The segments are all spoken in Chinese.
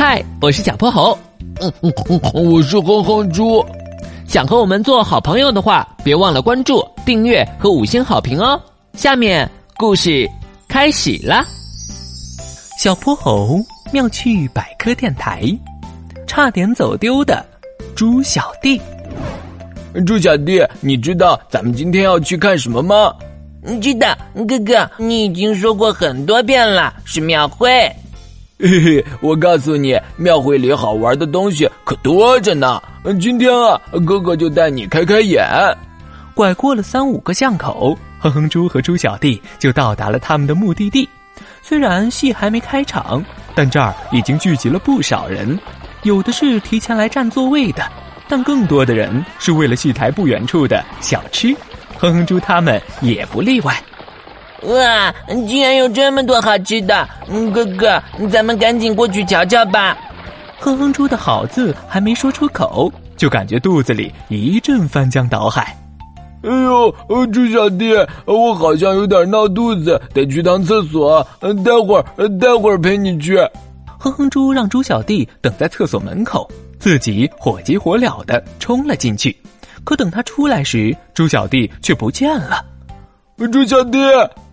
嗨，我是小泼猴。 我是哼哼猪。 想和我们做好朋友的话，别忘了关注、订阅和5星好评哦。下面故事开始啦。小泼猴妙趣百科电台，差点走丢的猪小弟。 猪小弟，你知道咱们今天要去看什么吗？ 知道，哥哥，你已经说过很多遍了，是庙会。 嘿嘿，我告诉你，庙会里好玩的东西可多着呢。今天啊，哥哥就带你开开眼。 拐过了3-5个巷口，哼哼猪和猪小弟就到达了他们的目的地。虽然戏还没开场，但这儿已经聚集了不少人，有的是提前来占座位的，但更多的人是为了戏台不远处的小吃。哼哼猪他们也不例外。 哇，竟然有这么多好吃的！哥哥，咱们赶紧过去瞧瞧吧。 哼哼猪的好字还没说出口，就感觉肚子里一阵翻江倒海。 哎呦，猪小弟，我好像有点闹肚子，得去趟厕所。待会儿陪你去。 哼哼猪让猪小弟等在厕所门口，自己火急火燎地冲了进去。可等他出来时，猪小弟却不见了。 猪小弟，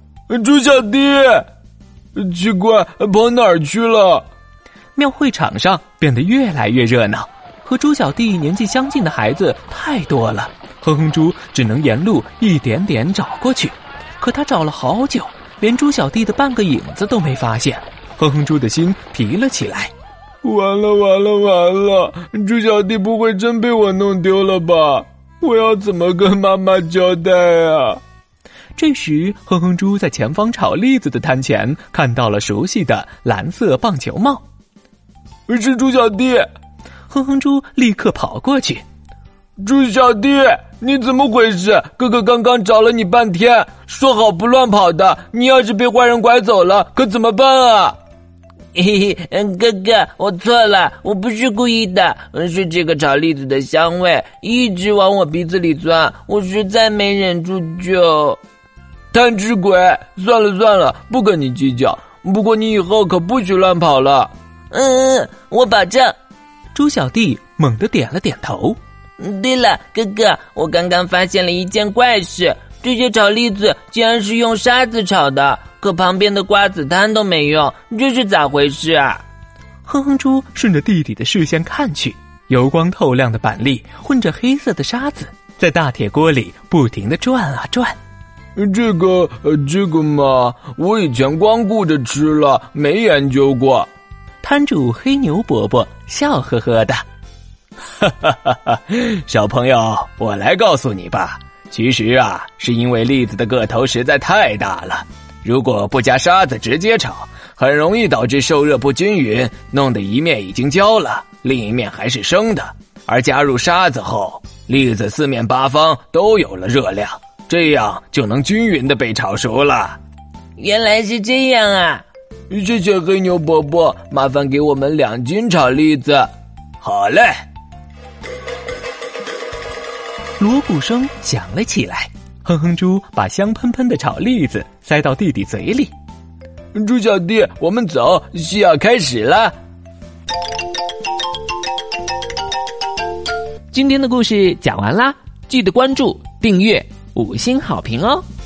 奇怪，跑哪儿去了？ 庙会场上变得越来越热闹，和猪小弟年纪相近的孩子太多了。哼哼猪只能沿路一点点找过去，可他找了好久，连猪小弟的半个影子都没发现。哼哼猪的心提了起来。 完了，猪小弟不会真被我弄丢了吧？我要怎么跟妈妈交代啊？ 这时，哼哼猪在前方炒栗子的摊前看到了熟悉的蓝色棒球帽。 是猪小弟！ 哼哼猪立刻跑过去。 猪小弟，你怎么回事？哥哥刚刚找了你半天，说好不乱跑的，你要是被坏人拐走了，可怎么办啊？ 嘿嘿，哥哥，我错了，我不是故意的，是这个炒栗子的香味一直往我鼻子里钻，我实在没忍住就…… 贪吃鬼，算了，不跟你计较。不过你以后可不许乱跑了。 我保证。 猪小弟猛地点了点头。 对了，哥哥，我刚刚发现了一件怪事，这些炒栗子竟然是用沙子炒的，可旁边的瓜子摊都没用，这是咋回事啊？ 哼哼猪顺着弟弟的视线看去，油光透亮的板栗混着黑色的沙子，在大铁锅里不停地转啊转。 这个嘛，我以前光顾着吃了，没研究过。 摊主黑牛伯伯笑呵呵的。 小朋友，我来告诉你吧，其实啊，是因为栗子的个头实在太大了，如果不加沙子直接炒，很容易导致受热不均匀，弄得一面已经焦了，另一面还是生的。而加入沙子后，栗子4面8方都有了热量，这样就能均匀地被炒熟了。 原来是这样啊！ 谢谢黑牛伯伯，麻烦给我们2斤炒栗子。 好嘞。 锣鼓声响了起来，哼哼猪把香喷喷的炒栗子塞到弟弟嘴里。 猪小弟，我们走，戏要开始了。 今天的故事讲完啦，记得关注、订阅、5星好评哦。